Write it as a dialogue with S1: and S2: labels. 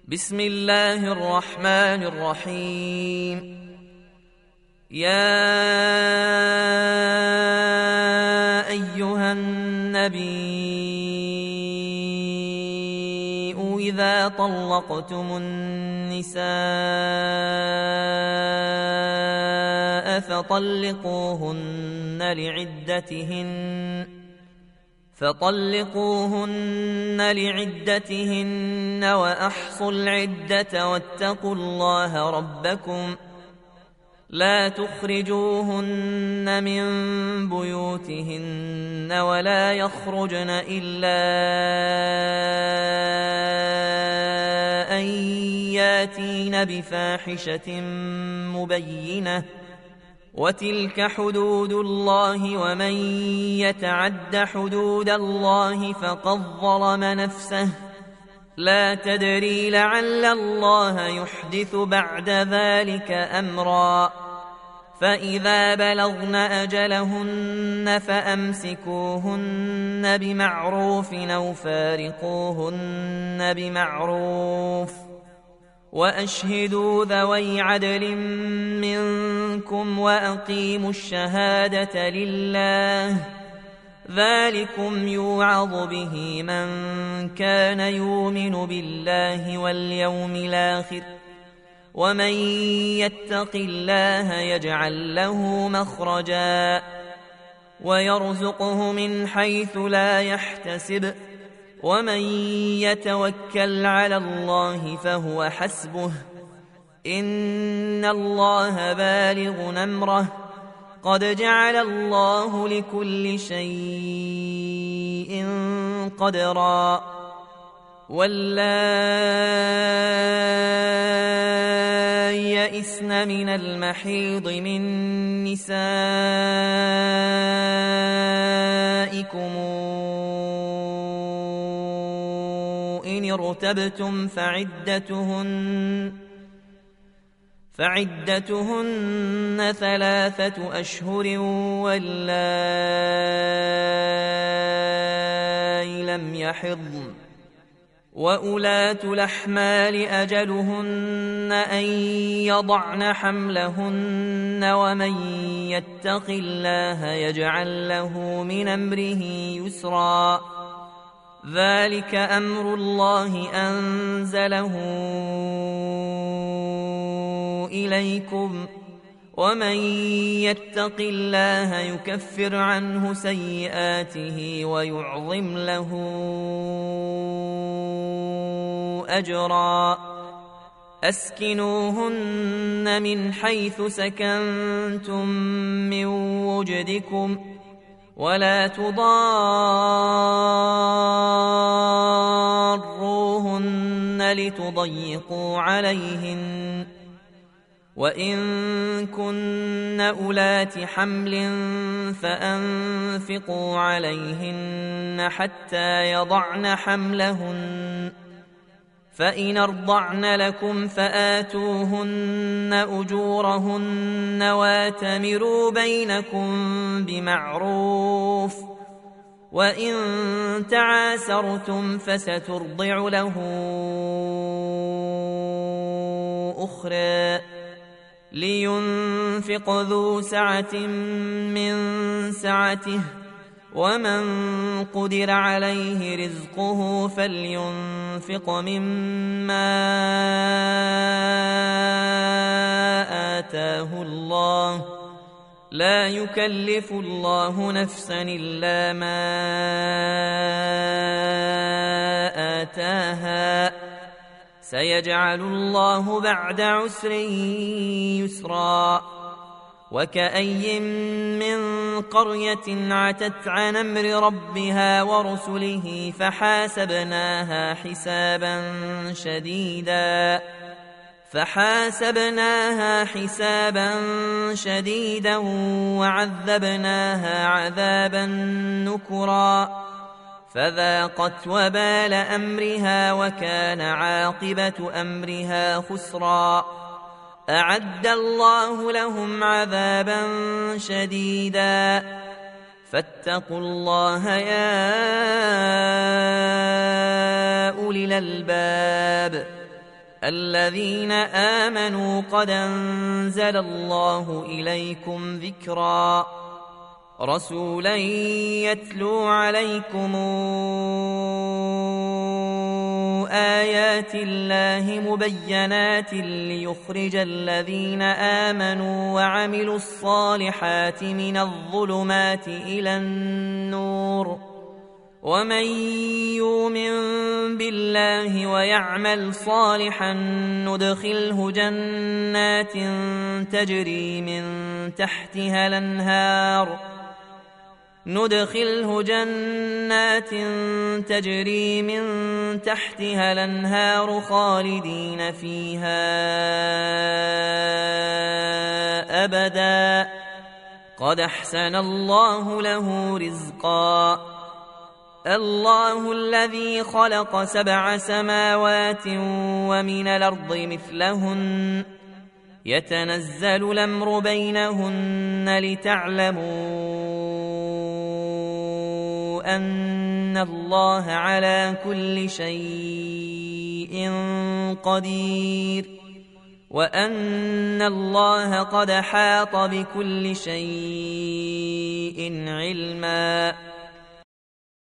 S1: بسم الله الرحمن الرحيم. يا أيها النبي إذا طلقتم النساء فطلقوهن لعدتهن وأحصوا العدة واتقوا الله ربكم لا تخرجوهن من بيوتهن ولا يخرجن إلا أن ياتين بفاحشة مبينة وتلك حدود الله ومن يتعد حدود الله فقد ظلم نفسه لا تدري لعل الله يحدث بعد ذلك أمرا. فإذا بلغن أجلهن فأمسكوهن بمعروف أو فارقوهن بمعروف وأشهدوا ذوي عدل منكم وأقيموا الشهادة لله ذلكم يوعظ به من كان يؤمن بالله واليوم الآخر ومن يتق الله يجعل له مخرجا ويرزقه من حيث لا يحتسب ومن يتوكل على الله فهو حسبه إن الله بالغ أمره قد جعل الله لكل شيء قدرا. واللائي يئسن من المحيض من نسائكم إن ارتبتم فعدتهن 3 أشهر واللائي لم يحضن وأولاة الأحمال أجلهن أن يضعن حملهن ومن يتق الله يجعل له من أمره يسرا. ذلك أمر الله أنزله إليكم ومن يتق الله يكفر عنه سيئاته ويعظم له أجرا. أسكنوهن من حيث سكنتم من وجدكم ولا تضاروهن لتضيقوا عليهن وإن كن أولات حمل فأنفقوا عليهن حتى يضعن حملهن فإن أرضعن لكم فآتوهن أجورهن واتمروا بينكم بمعروف وإن تعاسرتم فسترضع له أخرى لينفق ذو سعة من سعته ومن قدر عليه رزقه فلينفق مما آتاه الله لا يكلف الله نفسا إلا ما آتاها سيجعل الله بعد عسر يسرا. وكأي من قرية عتت عن أمر ربها ورسله فحاسبناها حسابا شديدا وعذبناها عذابا نكرا فذاقت وبال أمرها وكان عاقبة أمرها خسرا. أعد الله لهم عذابا شديدا فاتقوا الله يا أولي الألباب الذين آمنوا قد أنزل الله إليكم ذكرا رسولا يتلو عليكم آيات الله مبينات ليخرج الذين آمنوا وعملوا الصالحات من الظلمات إلى النور ومن يؤمن بالله ويعمل صالحا ندخله جنات تجري من تحتها الأنهار خالدين فيها أبدا قد أحسن الله له رزقا الله الذي خلق 7 سماوات ومن الأرض مثلهن يتنزل الأمر بينهن لتعلموا أن الله على كل شيء قدير وأن الله قد حاط بكل شيء علما